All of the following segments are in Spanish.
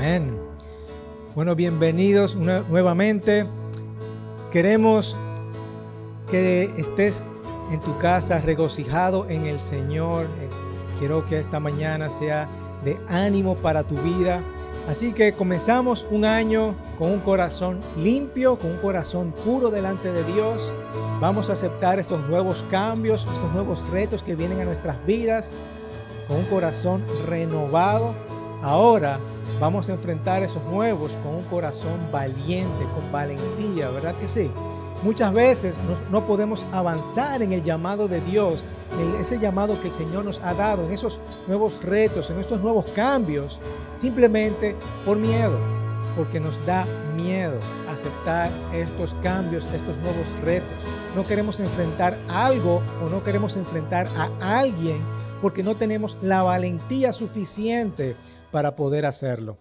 Amén. Bueno, bienvenidos nuevamente. Queremos que estés en tu casa regocijado en el Señor. Quiero que esta mañana sea de ánimo para tu vida. Así que comenzamos un año con un corazón limpio, con un corazón puro delante de Dios. Vamos a aceptar estos nuevos cambios, estos nuevos retos que vienen a nuestras vidas con un corazón renovado. Ahora vamos a enfrentar esos nuevos con un corazón valiente, con valentía, ¿verdad que sí? Muchas veces no podemos avanzar en el llamado de Dios, en ese llamado que el Señor nos ha dado, en esos nuevos retos, en estos nuevos cambios, simplemente por miedo, porque nos da miedo aceptar estos cambios, estos nuevos retos. No queremos enfrentar algo o no queremos enfrentar a alguien porque no tenemos la valentía suficiente para poder hacerlo.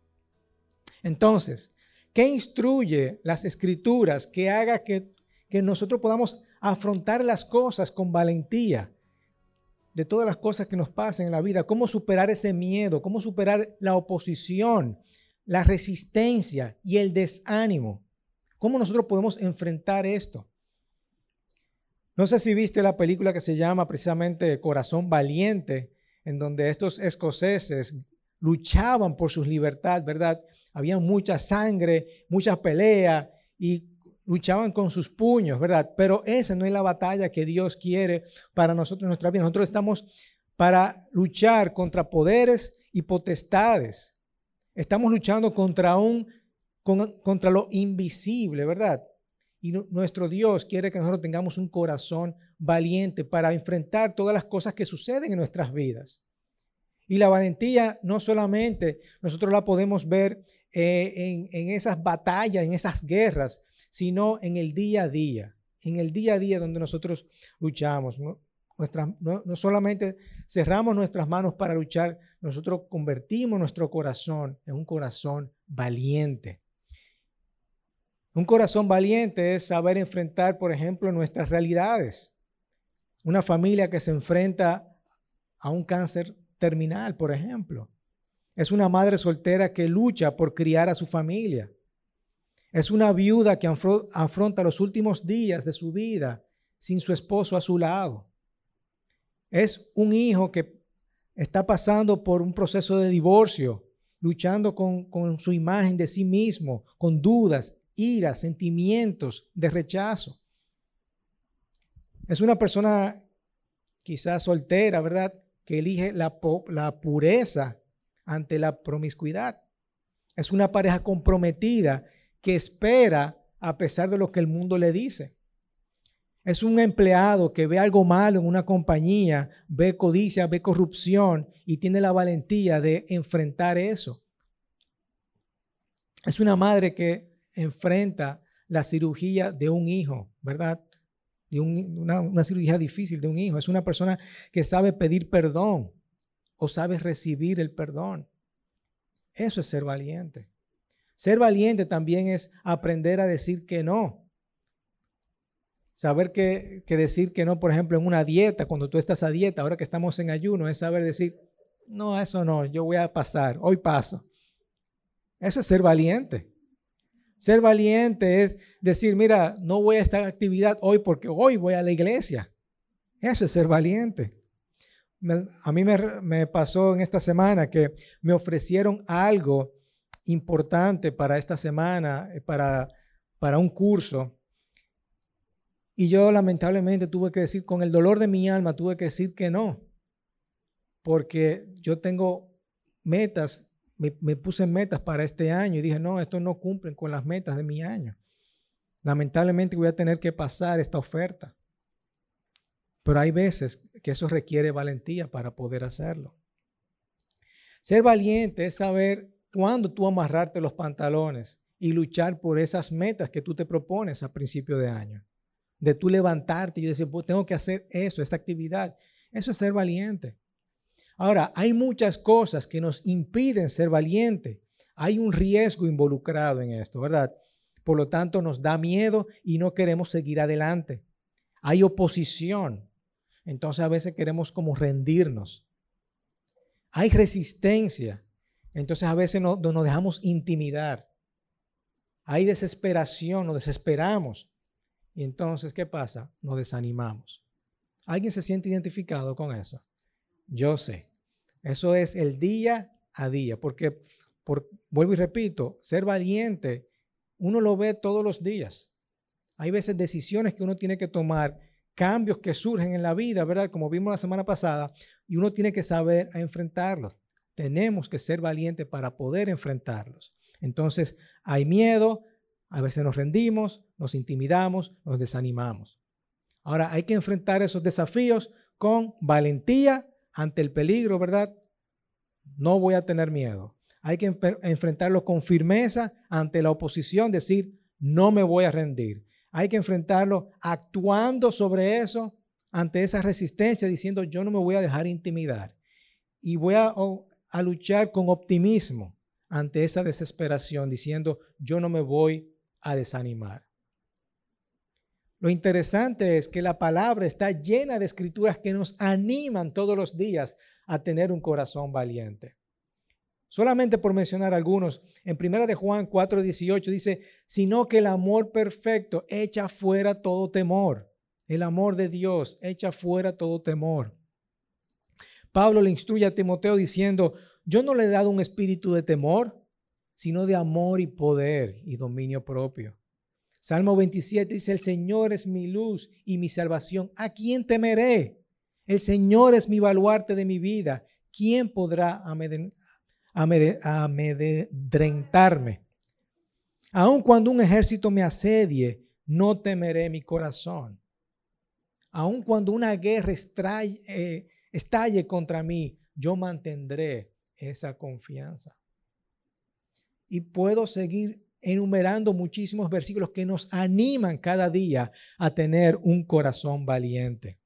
Entonces, ¿qué instruye las Escrituras que haga que nosotros podamos afrontar las cosas con valentía? De todas las cosas que nos pasan en la vida, cómo superar ese miedo, cómo superar la oposición, la resistencia y el desánimo. ¿Cómo nosotros podemos enfrentar esto? No sé si viste la película que se llama precisamente Corazón Valiente, en donde estos escoceses luchaban por su libertad, ¿verdad? Había mucha sangre, mucha pelea y luchaban con sus puños, ¿verdad? Pero esa no es la batalla que Dios quiere para nosotros en nuestra vida. Nosotros estamos para luchar contra poderes y potestades. Estamos luchando contra lo invisible, ¿verdad? Y nuestro Dios quiere que nosotros tengamos un corazón valiente para enfrentar todas las cosas que suceden en nuestras vidas. Y la valentía no solamente nosotros la podemos ver en esas batallas, en esas guerras, sino en el día a día donde nosotros luchamos. No solamente cerramos nuestras manos para luchar, nosotros convertimos nuestro corazón en un corazón valiente. Un corazón valiente es saber enfrentar, por ejemplo, nuestras realidades. Una familia que se enfrenta a un cáncer terminal, por ejemplo. Es una madre soltera que lucha por criar a su familia. Es una viuda que afronta los últimos días de su vida sin su esposo a su lado. Es un hijo que está pasando por un proceso de divorcio, luchando con su imagen de sí mismo, con dudas, ira, sentimientos de rechazo. Es una persona quizás soltera, ¿verdad?, que elige la pureza ante la promiscuidad. Es una pareja comprometida que espera a pesar de lo que el mundo le dice. Es un empleado que ve algo malo en una compañía, ve codicia, ve corrupción y tiene la valentía de enfrentar eso. Es una madre que enfrenta la cirugía de un hijo, ¿verdad? De una cirugía difícil de un hijo. Es una persona que sabe pedir perdón o sabe recibir el perdón. Eso es ser valiente. Ser valiente también es aprender a decir que no. Saber que decir que no, por ejemplo, en una dieta, cuando tú estás a dieta, ahora que estamos en ayuno, es saber decir, no, eso no, yo voy a pasar, hoy paso. Eso es ser valiente. Ser valiente es decir, mira, no voy a esta actividad hoy porque hoy voy a la iglesia. Eso es ser valiente. A mí me pasó en esta semana que me ofrecieron algo importante para esta semana, para un curso. Y yo lamentablemente tuve que decir, con el dolor de mi alma, tuve que decir que no. Porque yo tengo metas. Me puse metas para este año y dije, no, esto no cumplen con las metas de mi año. Lamentablemente voy a tener que pasar esta oferta. Pero hay veces que eso requiere valentía para poder hacerlo. Ser valiente es saber cuándo tú amarrarte los pantalones y luchar por esas metas que tú te propones a principio de año. De tú levantarte y decir, pues tengo que hacer eso, esta actividad. Eso es ser valiente. Ahora, hay muchas cosas que nos impiden ser valientes. Hay un riesgo involucrado en esto, ¿verdad? Por lo tanto, nos da miedo y no queremos seguir adelante. Hay oposición. Entonces, a veces queremos como rendirnos. Hay resistencia. Entonces a veces nos dejamos intimidar. Hay desesperación, nos desesperamos. Y entonces, ¿qué pasa? Nos desanimamos. ¿Alguien se siente identificado con eso? Yo sé. Eso es el día a día. Porque, vuelvo y repito, ser valiente, uno lo ve todos los días. Hay veces decisiones que uno tiene que tomar, cambios que surgen en la vida, ¿verdad? Como vimos la semana pasada, y uno tiene que saber enfrentarlos. Tenemos que ser valientes para poder enfrentarlos. Entonces, hay miedo, a veces nos rendimos, nos intimidamos, nos desanimamos. Ahora, hay que enfrentar esos desafíos con valentía ante el peligro, ¿verdad? No voy a tener miedo. Hay que enfrentarlo con firmeza ante la oposición, decir, no me voy a rendir. Hay que enfrentarlo actuando sobre eso, ante esa resistencia, diciendo, yo no me voy a dejar intimidar. Y voy a luchar con optimismo ante esa desesperación, diciendo, yo no me voy a desanimar. Lo interesante es que la palabra está llena de escrituras que nos animan todos los días a tener un corazón valiente. Solamente por mencionar algunos, en 1 de Juan 4:18 dice, sino que el amor perfecto echa fuera todo temor. El amor de Dios echa fuera todo temor. Pablo le instruye a Timoteo diciendo, yo no le he dado un espíritu de temor, sino de amor y poder y dominio propio. Salmo 27 dice, el Señor es mi luz y mi salvación. ¿A quién temeré? El Señor es mi baluarte de mi vida. ¿Quién podrá amedrentarme? Aun cuando un ejército me asedie, no temeré mi corazón. Aun cuando una guerra estalle contra mí, yo mantendré esa confianza. Y puedo seguir enumerando muchísimos versículos que nos animan cada día a tener un corazón valiente.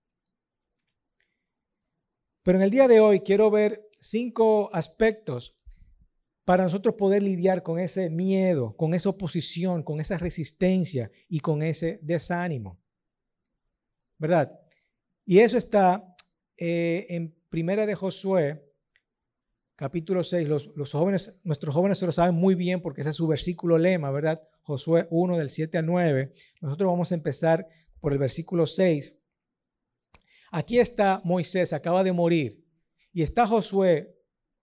Pero en el día de hoy quiero ver 5 aspectos para nosotros poder lidiar con ese miedo, con esa oposición, con esa resistencia y con ese desánimo. ¿Verdad? Y eso está en Primera de Josué, capítulo 6. Los jóvenes, nuestros jóvenes se lo saben muy bien porque ese es su versículo lema, ¿verdad? Josué 1 del 7 al 9. Nosotros vamos a empezar por el versículo 6. Aquí está Moisés, acaba de morir. Y está Josué,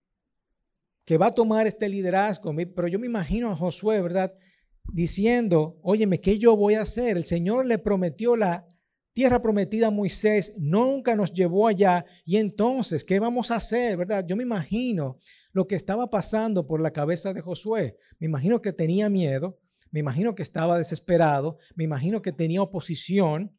que va a tomar este liderazgo. Pero yo me imagino a Josué, ¿verdad? Diciendo, óyeme, ¿qué yo voy a hacer? El Señor le prometió la tierra prometida a Moisés, nunca nos llevó allá. Y entonces, ¿qué vamos a hacer? ¿Verdad? Yo me imagino lo que estaba pasando por la cabeza de Josué. Me imagino que tenía miedo, me imagino que estaba desesperado, me imagino que tenía oposición,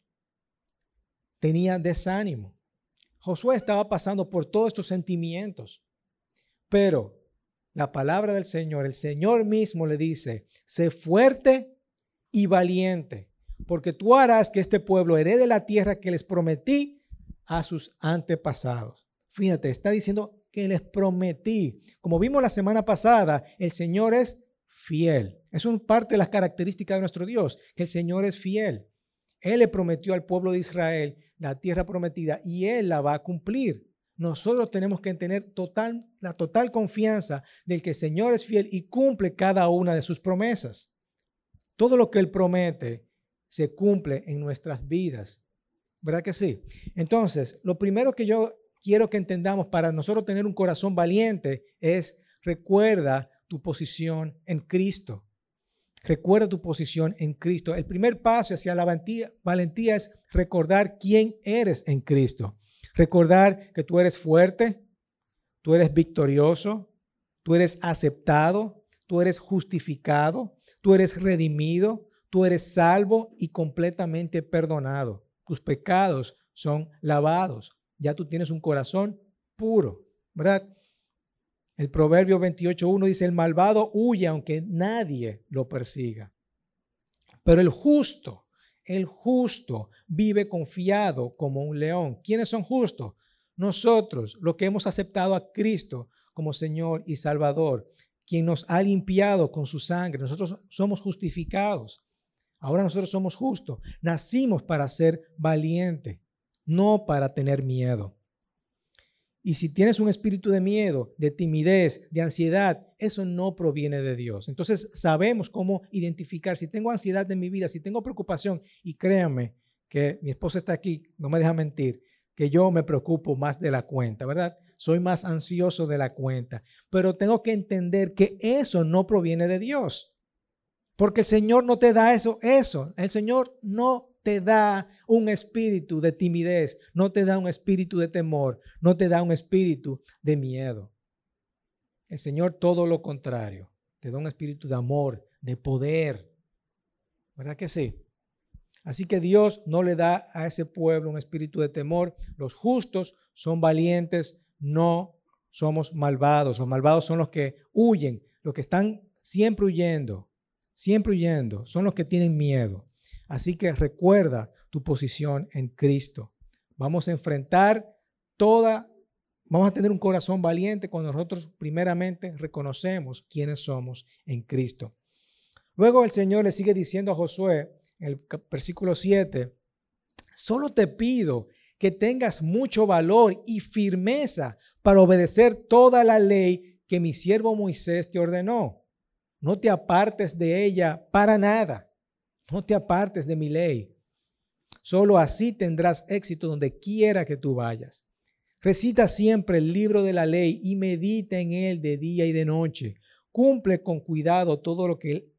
tenía desánimo. Josué estaba pasando por todos estos sentimientos, pero la palabra del Señor, el Señor mismo le dice, sé fuerte y valiente, porque tú harás que este pueblo herede la tierra que les prometí a sus antepasados. Fíjate, está diciendo que les prometí. Como vimos la semana pasada, el Señor es fiel. Es una parte de las características de nuestro Dios, que el Señor es fiel. Él le prometió al pueblo de Israel la tierra prometida y Él la va a cumplir. Nosotros tenemos que tener la total confianza de que el Señor es fiel y cumple cada una de sus promesas. Todo lo que Él promete se cumple en nuestras vidas. ¿Verdad que sí? Entonces, lo primero que yo quiero que entendamos para nosotros tener un corazón valiente es recuerda tu posición en Cristo. Recuerda tu posición en Cristo. El primer paso hacia la valentía es recordar quién eres en Cristo. Recordar que tú eres fuerte, tú eres victorioso, tú eres aceptado, tú eres justificado, tú eres redimido, tú eres salvo y completamente perdonado. Tus pecados son lavados. Ya tú tienes un corazón puro, ¿verdad? El Proverbio 28:1 dice, el malvado huye aunque nadie lo persiga. Pero el justo vive confiado como un león. ¿Quiénes son justos? Nosotros, los que hemos aceptado a Cristo como Señor y Salvador, quien nos ha limpiado con su sangre. Nosotros somos justificados. Ahora nosotros somos justos. Nacimos para ser valientes, no para tener miedo. Y si tienes un espíritu de miedo, de timidez, de ansiedad, eso no proviene de Dios. Entonces sabemos cómo identificar si tengo ansiedad en mi vida, si tengo preocupación. Y créanme que mi esposa está aquí, no me deja mentir, que yo me preocupo más de la cuenta, ¿verdad? Soy más ansioso de la cuenta. Pero tengo que entender que eso no proviene de Dios. Porque el Señor no te da eso. El Señor no te da un espíritu de timidez, no te da un espíritu de temor, no te da un espíritu de miedo. El Señor todo lo contrario, te da un espíritu de amor, de poder. ¿Verdad que sí? Así que Dios no le da a ese pueblo un espíritu de temor. Los justos son valientes, no somos malvados. Los malvados son los que huyen, los que están siempre huyendo, son los que tienen miedo. Así que recuerda tu posición en Cristo. Vamos a enfrentar vamos a tener un corazón valiente cuando nosotros primeramente reconocemos quiénes somos en Cristo. Luego el Señor le sigue diciendo a Josué en el versículo 7, solo te pido que tengas mucho valor y firmeza para obedecer toda la ley que mi siervo Moisés te ordenó. No te apartes de ella para nada. No te apartes de mi ley. Solo así tendrás éxito donde quiera que tú vayas. Recita siempre el libro de la ley y medita en él de día y de noche. Cumple con cuidado todo lo que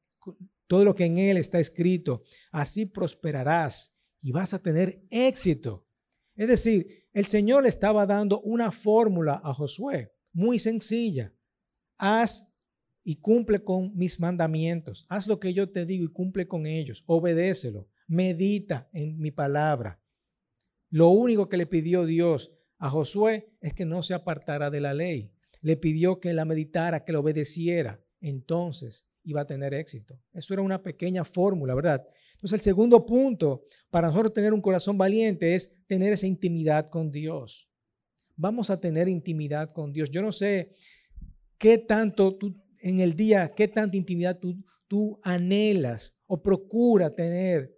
en él está escrito. Así prosperarás y vas a tener éxito. Es decir, el Señor le estaba dando una fórmula a Josué, muy sencilla. Haz y cumple con mis mandamientos. Haz lo que yo te digo y cumple con ellos. Obedécelo. Medita en mi palabra. Lo único que le pidió Dios a Josué es que no se apartara de la ley. Le pidió que la meditara, que la obedeciera. Entonces iba a tener éxito. Eso era una pequeña fórmula, ¿verdad? Entonces el segundo punto para nosotros tener un corazón valiente es tener esa intimidad con Dios. Vamos a tener intimidad con Dios. Yo no sé qué tanto tú en el día, qué tanta intimidad tú anhelas o procura tener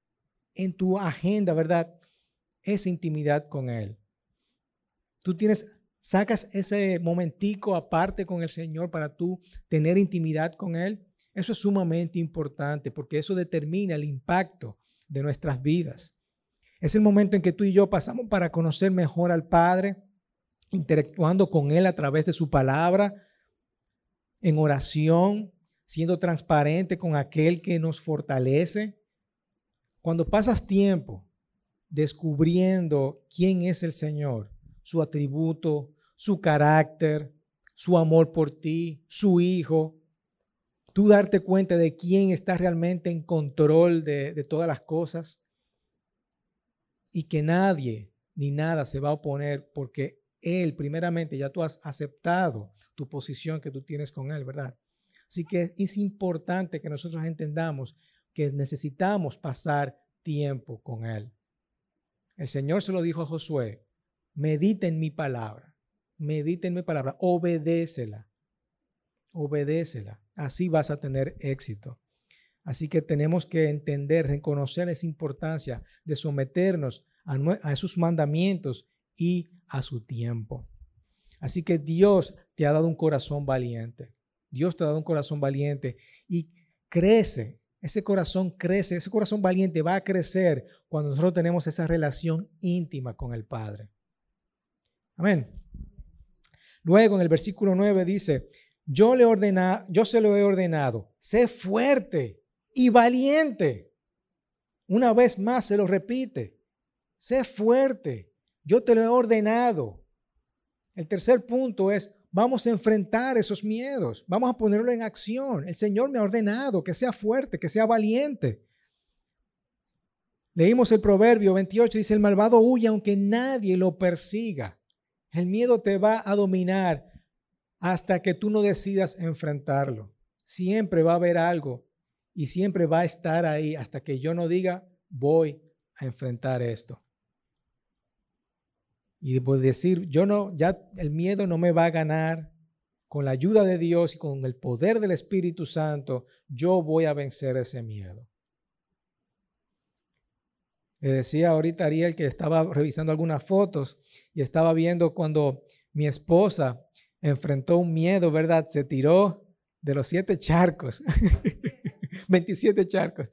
en tu agenda, ¿verdad? Esa intimidad con Él. Tú sacas ese momentico aparte con el Señor para tú tener intimidad con Él. Eso es sumamente importante porque eso determina el impacto de nuestras vidas. Es el momento en que tú y yo pasamos para conocer mejor al Padre, interactuando con Él a través de su palabra, en oración, siendo transparente con aquel que nos fortalece. Cuando pasas tiempo descubriendo quién es el Señor, su atributo, su carácter, su amor por ti, su Hijo, tú darte cuenta de quién está realmente en control de todas las cosas y que nadie ni nada se va a oponer porque Él, primeramente, ya tú has aceptado tu posición que tú tienes con Él, ¿verdad? Así que es importante que nosotros entendamos que necesitamos pasar tiempo con Él. El Señor se lo dijo a Josué, medita en mi palabra, obedécela, así vas a tener éxito. Así que tenemos que entender, reconocer esa importancia de someternos a sus mandamientos y a su tiempo. Así que Dios te ha dado un corazón valiente. Dios te ha dado un corazón valiente y crece. Ese corazón valiente va a crecer cuando nosotros tenemos esa relación íntima con el Padre. Amén. Luego en el versículo 9 dice, yo se lo he ordenado, sé fuerte y valiente. Una vez más se lo repite, sé fuerte, yo te lo he ordenado. El tercer punto es, vamos a enfrentar esos miedos, vamos a ponerlo en acción. El Señor me ha ordenado que sea fuerte, que sea valiente. Leímos el Proverbio 28, dice, el malvado huye aunque nadie lo persiga. El miedo te va a dominar hasta que tú no decidas enfrentarlo. Siempre va a haber algo y siempre va a estar ahí hasta que yo no diga, voy a enfrentar esto. Y pues decir, ya el miedo no me va a ganar. Con la ayuda de Dios y con el poder del Espíritu Santo, yo voy a vencer ese miedo. Le decía ahorita a Ariel que estaba revisando algunas fotos y estaba viendo cuando mi esposa enfrentó un miedo, ¿verdad? Se tiró de los 7 charcos, 27 charcos.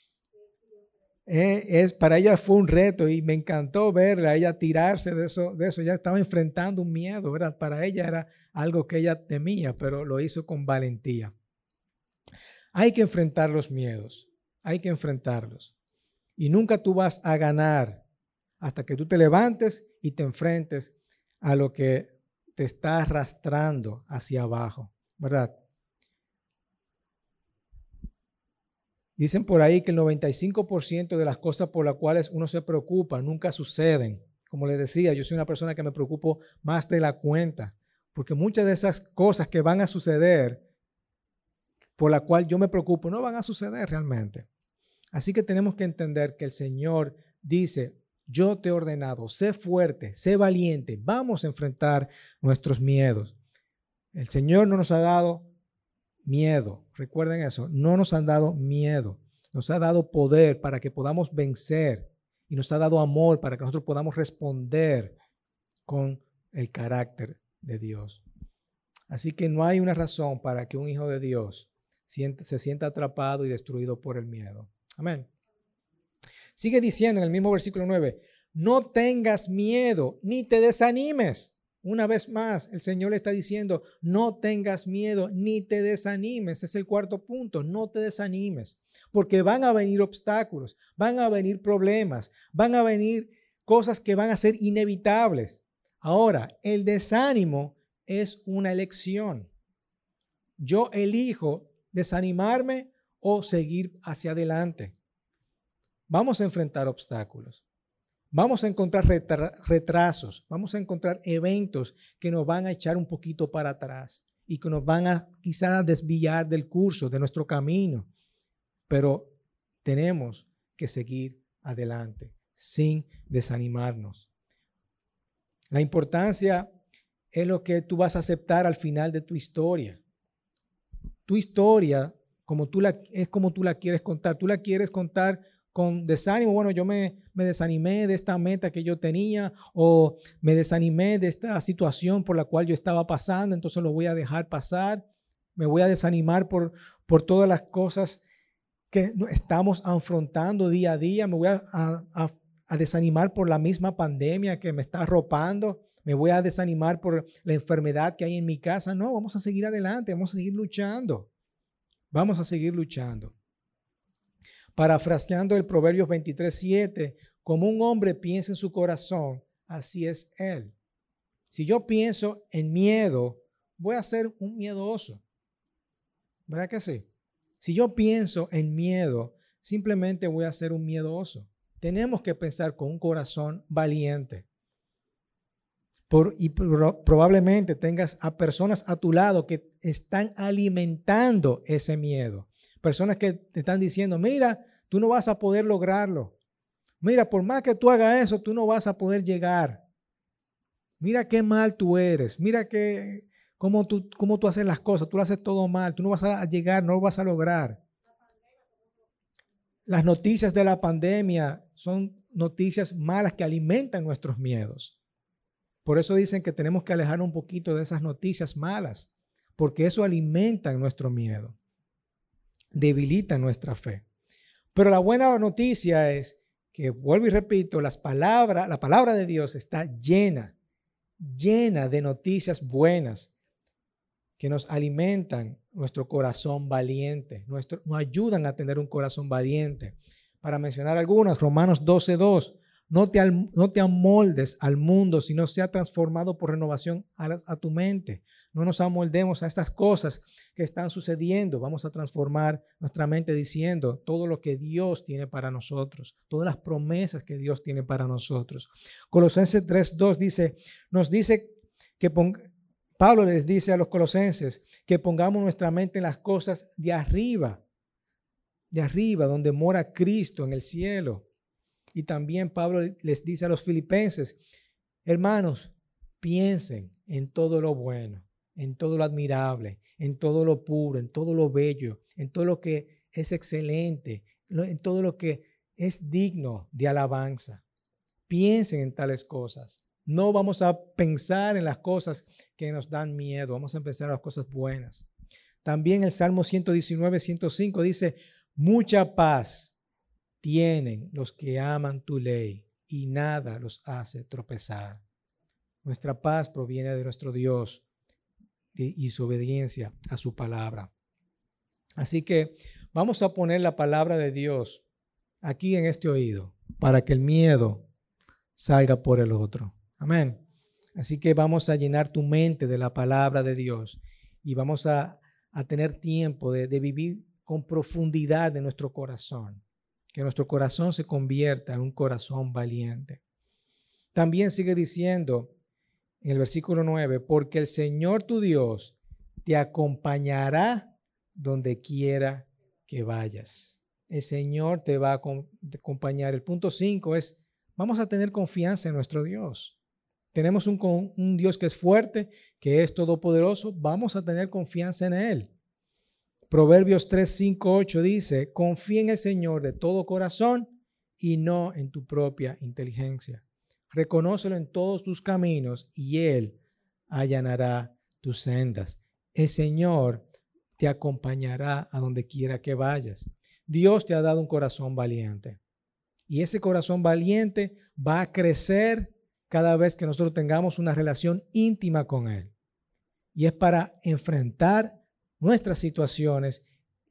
Para ella fue un reto y me encantó verla, a ella tirarse de eso. Ya estaba enfrentando un miedo, ¿verdad? Para ella era algo que ella temía, pero lo hizo con valentía. Hay que enfrentar los miedos, hay que enfrentarlos. Y nunca tú vas a ganar hasta que tú te levantes y te enfrentes a lo que te está arrastrando hacia abajo, ¿verdad? Dicen por ahí que el 95% de las cosas por las cuales uno se preocupa nunca suceden. Como les decía, yo soy una persona que me preocupo más de la cuenta, porque muchas de esas cosas que van a suceder, por la cual yo me preocupo, no van a suceder realmente. Así que tenemos que entender que el Señor dice, yo te he ordenado, sé fuerte, sé valiente, vamos a enfrentar nuestros miedos. El Señor no nos ha dado miedo, recuerden eso, no nos han dado miedo, nos ha dado poder para que podamos vencer y nos ha dado amor para que nosotros podamos responder con el carácter de Dios. Así que no hay una razón para que un hijo de Dios se sienta atrapado y destruido por el miedo. Amén. Sigue diciendo en el mismo versículo 9, no tengas miedo ni te desanimes. Una vez más, el Señor le está diciendo, no tengas miedo ni te desanimes. Es el cuarto punto, no te desanimes, porque van a venir obstáculos, van a venir problemas, van a venir cosas que van a ser inevitables. Ahora, el desánimo es una elección. Yo elijo desanimarme o seguir hacia adelante. Vamos a enfrentar obstáculos. Vamos a encontrar retrasos, vamos a encontrar eventos que nos van a echar un poquito para atrás y que nos van a quizás desviar del curso, de nuestro camino. Pero tenemos que seguir adelante sin desanimarnos. La importancia es lo que tú vas a aceptar al final de tu historia. Tu historia, es como tú la quieres contar. Tú la quieres contar con desánimo. Bueno, yo me desanimé de esta meta que yo tenía o me desanimé de esta situación por la cual yo estaba pasando, entonces lo voy a dejar pasar. Me voy a desanimar por todas las cosas que estamos afrontando día a día. Me voy a desanimar por la misma pandemia que me está arropando. Me voy a desanimar por la enfermedad que hay en mi casa. No, vamos a seguir adelante, vamos a seguir luchando. Vamos a seguir luchando. Parafraseando el Proverbios 23:7, como un hombre piensa en su corazón, así es él. Si yo pienso en miedo, voy a ser un miedoso. ¿Verdad que sí? Si yo pienso en miedo, simplemente voy a ser un miedoso. Tenemos que pensar con un corazón valiente. Probablemente tengas a personas a tu lado que están alimentando ese miedo. Personas que te están diciendo, mira, tú no vas a poder lograrlo. Mira, por más que tú hagas eso, tú no vas a poder llegar. Mira qué mal tú eres. Mira cómo tú haces las cosas. Tú lo haces todo mal. Tú no vas a llegar, no lo vas a lograr. Las noticias de la pandemia son noticias malas que alimentan nuestros miedos. Por eso dicen que tenemos que alejar un poquito de esas noticias malas, porque eso alimenta nuestro miedo, debilita nuestra fe. Pero la buena noticia es que, vuelvo y repito, la palabra de Dios está llena de noticias buenas que nos alimentan nuestro corazón valiente, nos ayudan a tener un corazón valiente. Para mencionar algunas, Romanos 12:2, no te amoldes al mundo, sino sea transformado por renovación a tu mente. No nos amoldemos a estas cosas que están sucediendo. Vamos a transformar nuestra mente diciendo todo lo que Dios tiene para nosotros, todas las promesas que Dios tiene para nosotros. Colosenses 3:2 nos dice que Pablo les dice a los colosenses que pongamos nuestra mente en las cosas de arriba, donde mora Cristo en el cielo. Y también Pablo les dice a los filipenses, hermanos, piensen en todo lo bueno, en todo lo admirable, en todo lo puro, en todo lo bello, en todo lo que es excelente, en todo lo que es digno de alabanza. Piensen en tales cosas. No vamos a pensar en las cosas que nos dan miedo. Vamos a pensar en las cosas buenas. También el Salmo 119, 105 dice, mucha paz tienen los que aman tu ley y nada los hace tropezar. Nuestra paz proviene de nuestro Dios y su obediencia a su palabra. Así que vamos a poner la palabra de Dios aquí en este oído para que el miedo salga por el otro. Amén. Así que vamos a llenar tu mente de la palabra de Dios y vamos a tener tiempo de vivir con profundidad de nuestro corazón. Que nuestro corazón se convierta en un corazón valiente. También sigue diciendo en el versículo 9, porque el Señor tu Dios te acompañará donde quiera que vayas. El Señor te va a acompañar. El punto 5 es, vamos a tener confianza en nuestro Dios. Tenemos un Dios que es fuerte, que es todopoderoso. Vamos a tener confianza en Él. Proverbios 3, 5, 8 dice, confía en el Señor de todo corazón y no en tu propia inteligencia. Reconócelo en todos tus caminos y Él allanará tus sendas. El Señor te acompañará a donde quiera que vayas. Dios te ha dado un corazón valiente y ese corazón valiente va a crecer cada vez que nosotros tengamos una relación íntima con Él. Y es para enfrentar nuestras situaciones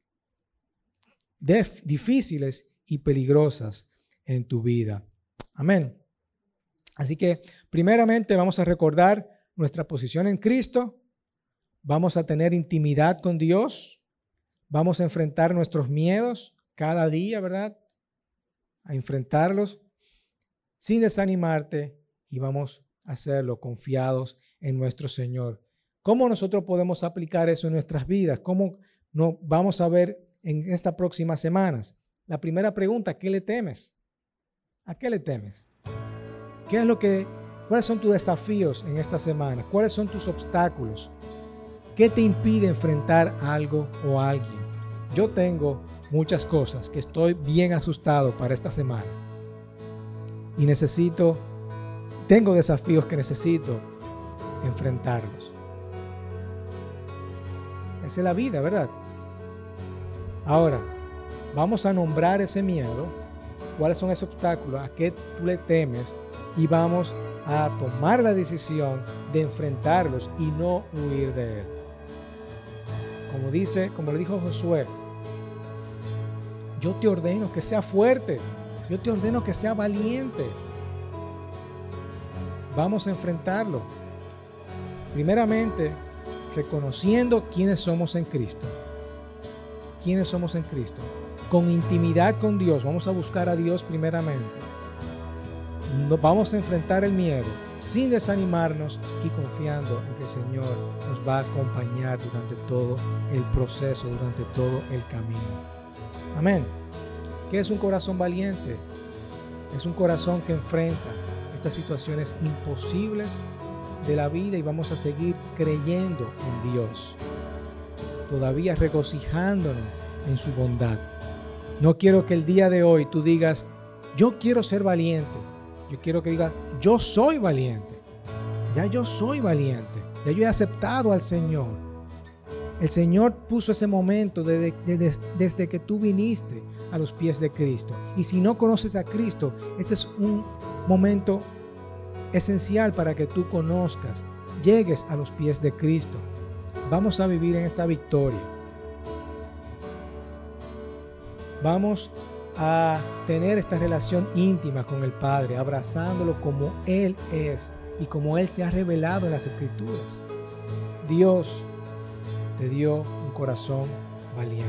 difíciles y peligrosas en tu vida. Amén. Así que primeramente vamos a recordar nuestra posición en Cristo. Vamos a tener intimidad con Dios. Vamos a enfrentar nuestros miedos cada día, ¿verdad? A enfrentarlos sin desanimarte y vamos a hacerlo confiados en nuestro Señor. ¿Cómo nosotros podemos aplicar eso en nuestras vidas? ¿Cómo no vamos a ver en estas próximas semanas? La primera pregunta, ¿qué le temes? ¿A qué le temes? ¿Cuáles son tus desafíos en esta semana? ¿Cuáles son tus obstáculos? ¿Qué te impide enfrentar algo o a alguien? Yo tengo muchas cosas que estoy bien asustado para esta semana. Y tengo desafíos que necesito enfrentarlos. Esa es la vida, ¿verdad? Ahora, vamos a nombrar ese miedo. ¿Cuáles son esos obstáculos? ¿A qué tú le temes? Y vamos a tomar la decisión de enfrentarlos y no huir de él. Como le dijo Josué, yo te ordeno que sea fuerte. Yo te ordeno que sea valiente. Vamos a enfrentarlo. Primeramente, reconociendo quiénes somos en Cristo. ¿Quiénes somos en Cristo? Con intimidad con Dios. Vamos a buscar a Dios primeramente. Vamos a enfrentar el miedo sin desanimarnos y confiando en que el Señor nos va a acompañar durante todo el proceso, durante todo el camino. Amén. ¿Qué es un corazón valiente? Es un corazón que enfrenta estas situaciones imposibles de la vida y vamos a seguir creyendo en Dios, todavía regocijándonos en su bondad. No quiero que el día de hoy tú digas, yo quiero ser valiente. Yo quiero que digas, yo soy valiente. Ya yo soy valiente. Ya yo he aceptado al Señor. El Señor puso ese momento desde que tú viniste a los pies de Cristo. Y si no conoces a Cristo, este es un momento esencial para que tú conozcas, llegues a los pies de Cristo. Vamos a vivir en esta victoria. Vamos a tener esta relación íntima con el Padre, abrazándolo como Él es y como Él se ha revelado en las Escrituras. Dios te dio un corazón valiente.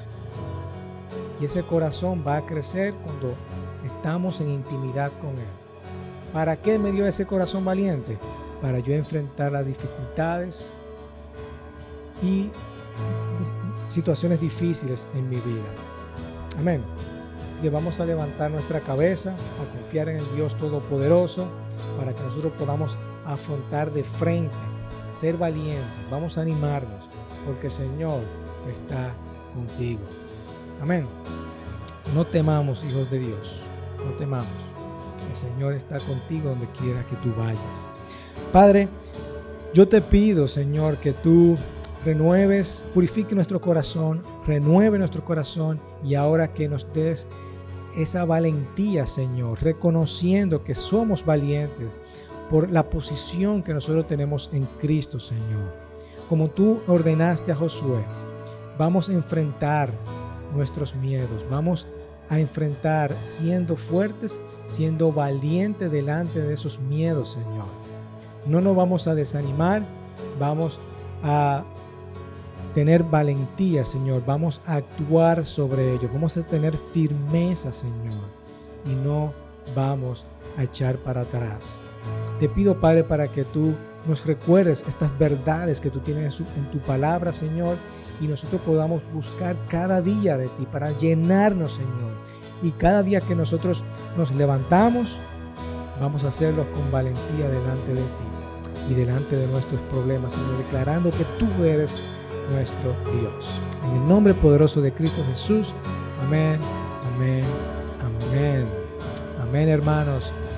Y ese corazón va a crecer cuando estamos en intimidad con Él. ¿Para qué me dio ese corazón valiente? Para yo enfrentar las dificultades y situaciones difíciles en mi vida. Amén. Así que vamos a levantar nuestra cabeza, a confiar en el Dios Todopoderoso, para que nosotros podamos afrontar de frente, ser valientes. Vamos a animarnos, porque el Señor está contigo. Amén. No temamos, hijos de Dios, no temamos. El Señor está contigo donde quiera que tú vayas. Padre, yo te pido, Señor, que tú renueves, purifique nuestro corazón, renueve nuestro corazón y ahora que nos des esa valentía, Señor, reconociendo que somos valientes por la posición que nosotros tenemos en Cristo, Señor. Como tú ordenaste a Josué, vamos a enfrentar nuestros miedos, vamos a enfrentar siendo fuertes, siendo valientes delante de esos miedos, Señor. No nos vamos a desanimar, vamos a tener valentía, Señor. Vamos a actuar sobre ello. Vamos a tener firmeza, Señor. Y no vamos a echar para atrás. Te pido, Padre, para que tú nos recuerdes estas verdades que tú tienes en tu palabra, Señor. Y nosotros podamos buscar cada día de ti para llenarnos, Señor. Y cada día que nosotros nos levantamos, vamos a hacerlo con valentía delante de ti y delante de nuestros problemas, Señor, declarando que tú eres nuestro Dios. En el nombre poderoso de Cristo Jesús. Amén, amén, amén. Amén, hermanos.